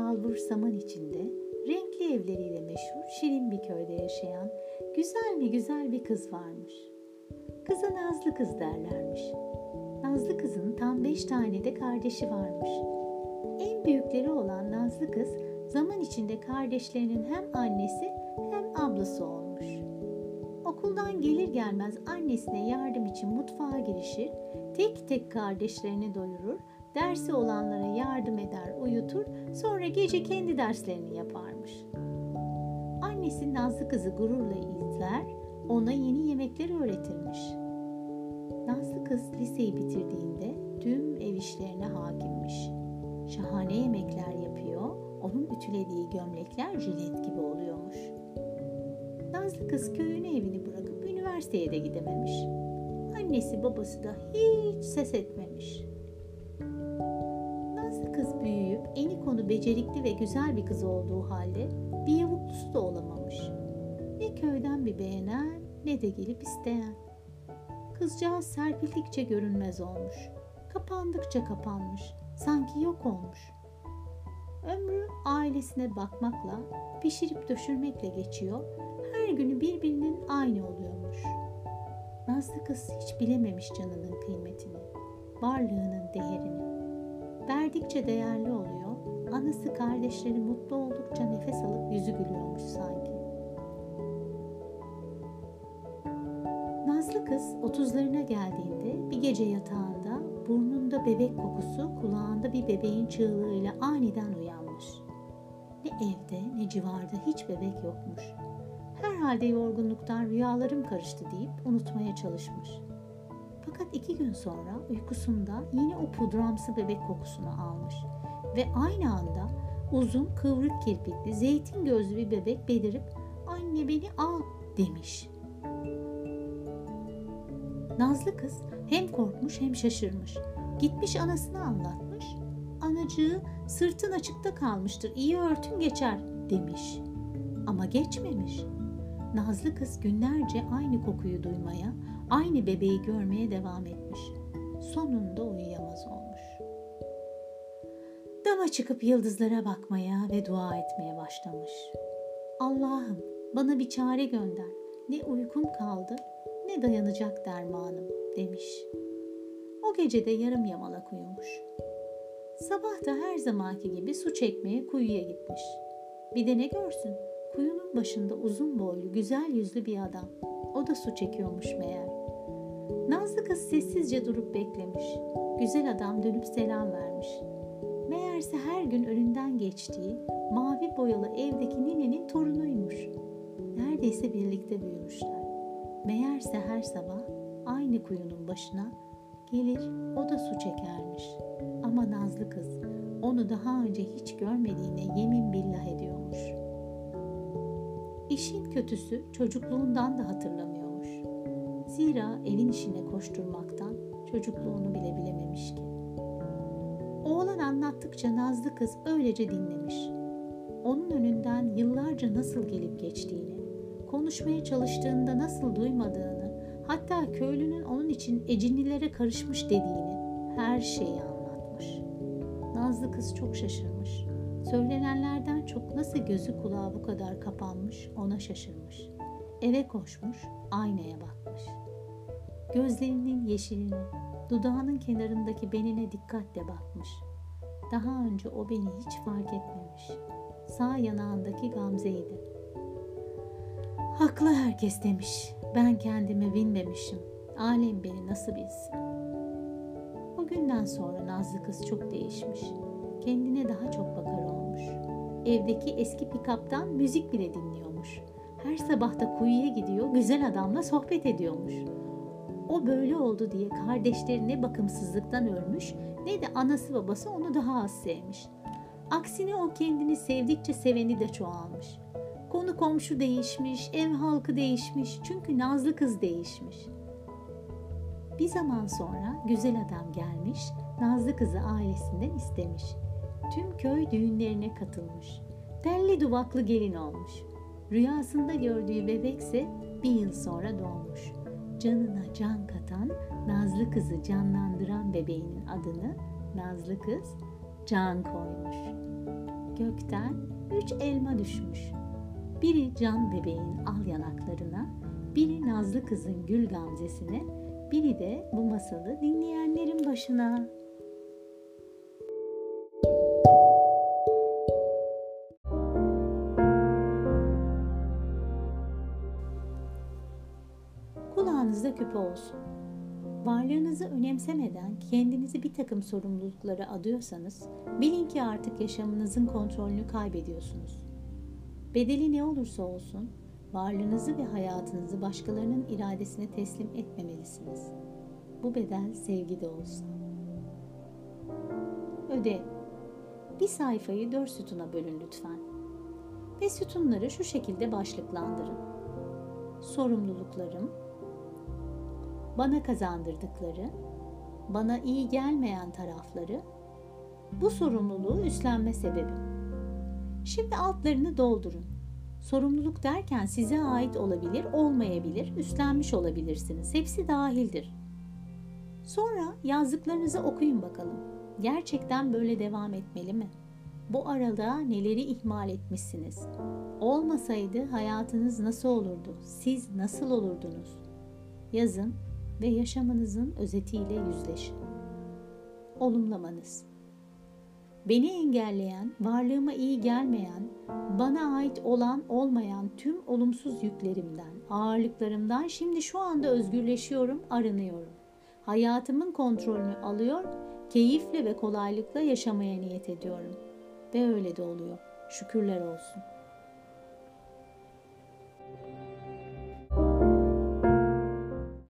kalbur saman içinde, renkli evleriyle meşhur şirin bir köyde yaşayan güzel mi güzel bir kız varmış. Kıza Nazlı kız derlermiş. Nazlı kızın tam 5 tane de kardeşi varmış. En büyükleri olan Nazlı kız zaman içinde kardeşlerinin hem annesi hem ablası olmuş. Okuldan gelir gelmez annesine yardım için mutfağa girişir, tek tek kardeşlerini doyurur, dersi olanlara yardım eder, uyutur, sonra gece kendi derslerini yaparmış. Annesi Nazlı kızı gururla izler, ona yeni yemekler öğretirmiş. Nazlı kız liseyi bitirdiğinde tüm ev işlerine hakimmiş. Şahane yemekler yapıyor, onun ütülediği gömlekler jilet gibi oluyormuş. Nazlı kız köyün evini bırakıp üniversiteye de gidememiş. Annesi babası da hiç ses etmemiş. Nazlı kız büyüyüp eni konu becerikli ve güzel bir kız olduğu halde bir yavuklusu da olamamış. Ne köyden bir beğenen ne de gelip isteyen. Kızcağız serpildikçe görünmez olmuş. Kapandıkça kapanmış. Sanki yok olmuş. Ömrü ailesine bakmakla, pişirip döşürmekle geçiyor. Her günü birbirinin aynı oluyormuş. Nazlı kız hiç bilememiş canının kıymetini, varlığının değerini. Verdikçe değerli oluyor, anası kardeşleri mutlu oldukça nefes alıp yüzü gülüyormuş sanki. Nazlı kız 30'larına geldiğinde bir gece yatağında burnunda bebek kokusu, kulağında bir bebeğin çığlığıyla aniden uyanmış. Ne evde ne civarda hiç bebek yokmuş. Herhalde yorgunluktan rüyalarım karıştı deyip unutmaya çalışmış. Fakat 2 gün sonra uykusunda yine o pudramsı bebek kokusunu almış ve aynı anda uzun kıvrık kirpikli zeytin gözlü bir bebek belirip "Anne beni al" demiş. Nazlı kız hem korkmuş hem şaşırmış. Gitmiş anasına anlatmış. Anacığı sırtın açıkta kalmıştır, iyi örtün geçer demiş. Ama geçmemiş. Nazlı kız günlerce aynı kokuyu duymaya, aynı bebeği görmeye devam etmiş. Sonunda uyuyamaz olmuş. Dama çıkıp yıldızlara bakmaya ve dua etmeye başlamış. Allah'ım bana bir çare gönder. Ne uykum kaldı ne dayanacak dermanım demiş. O gece de yarım yamalak uyumuş. Sabah da her zamanki gibi su çekmeye kuyuya gitmiş. Bir de ne görsün? Kuyunun başında uzun boylu, güzel yüzlü bir adam. O da su çekiyormuş meğer. Nazlı kız sessizce durup beklemiş. Güzel adam dönüp selam vermiş. Meğerse her gün önünden geçtiği mavi boyalı evdeki ninenin torunuymuş. Neredeyse birlikte büyümüşler. Meğerse her sabah aynı kuyunun başına gelir o da su çekermiş. Ama Nazlı kız onu daha önce hiç görmediğine yemin billah ediyormuş. İşin kötüsü çocukluğundan da hatırlamıyormuş. Zira evin işine koşturmaktan çocukluğunu bile bilememiş ki. Oğlan anlattıkça Nazlı kız öylece dinlemiş. Onun önünden yıllarca nasıl gelip geçtiğini, konuşmaya çalıştığında nasıl duymadığını, hatta köylünün onun için ecinlilere karışmış dediğini, her şeyi anlatmış. Nazlı kız çok şaşırmış. Söylenenlerden çok nasıl gözü kulağı bu kadar kapanmış ona şaşırmış. Eve koşmuş, aynaya bakmış. Gözlerinin yeşiline, dudağının kenarındaki benine dikkatle bakmış. Daha önce o beni hiç fark etmemiş. Sağ yanağındaki Gamze'ydi. Haklı herkes demiş. Ben kendimi bilmemişim. Alem beni nasıl bilsin? O günden sonra Nazlı kız çok değişmiş. Kendine daha çok bakar olmuş. Evdeki eski pikaptan müzik bile dinliyormuş. Her sabah da kuyuya gidiyor, güzel adamla sohbet ediyormuş. O böyle oldu diye kardeşleri ne bakımsızlıktan ölmüş ne de anası babası onu daha az sevmiş. Aksine o kendini sevdikçe seveni de çoğalmış. Konu komşu değişmiş, ev halkı değişmiş çünkü Nazlı kız değişmiş. Bir zaman sonra güzel adam gelmiş, Nazlı kızı ailesinden istemiş. Tüm köy düğünlerine katılmış. Telli duvaklı gelin olmuş. Rüyasında gördüğü bebekse bir yıl sonra doğmuş. Canına can katan, Nazlı kızı canlandıran bebeğinin adını Nazlı kız Can koymuş. gökten 3 elma düşmüş. Biri can bebeğin al yanaklarına, biri nazlı kızın gül gamzesine, biri de bu masalı dinleyenlerin başına. Kulağınızda küpe olsun. Varlığınızı önemsemeden kendinizi bir takım sorumluluklara adıyorsanız, bilin ki artık yaşamınızın kontrolünü kaybediyorsunuz. Bedeli ne olursa olsun, varlığınızı ve hayatınızı başkalarının iradesine teslim etmemelisiniz. Bu bedel sevgi de olsa. Ödev. Bir sayfayı 4 sütuna bölün lütfen. Ve sütunları şu şekilde başlıklandırın. Sorumluluklarım, bana kazandırdıkları, bana iyi gelmeyen tarafları, bu sorumluluğu üstlenme sebebim. Şimdi altlarını doldurun. Sorumluluk derken size ait olabilir, olmayabilir, üstlenmiş olabilirsiniz. Hepsi dahildir. Sonra yazdıklarınızı okuyun bakalım. Gerçekten böyle devam etmeli mi? Bu arada neleri ihmal etmişsiniz? Olmasaydı hayatınız nasıl olurdu? Siz nasıl olurdunuz? Yazın ve yaşamınızın özetiyle yüzleşin. Olumlamanız. Beni engelleyen, varlığıma iyi gelmeyen, bana ait olan olmayan tüm olumsuz yüklerimden, ağırlıklarımdan şimdi şu anda özgürleşiyorum, arınıyorum. Hayatımın kontrolünü alıyor, keyifle ve kolaylıkla yaşamaya niyet ediyorum. Ve öyle de oluyor. Şükürler olsun.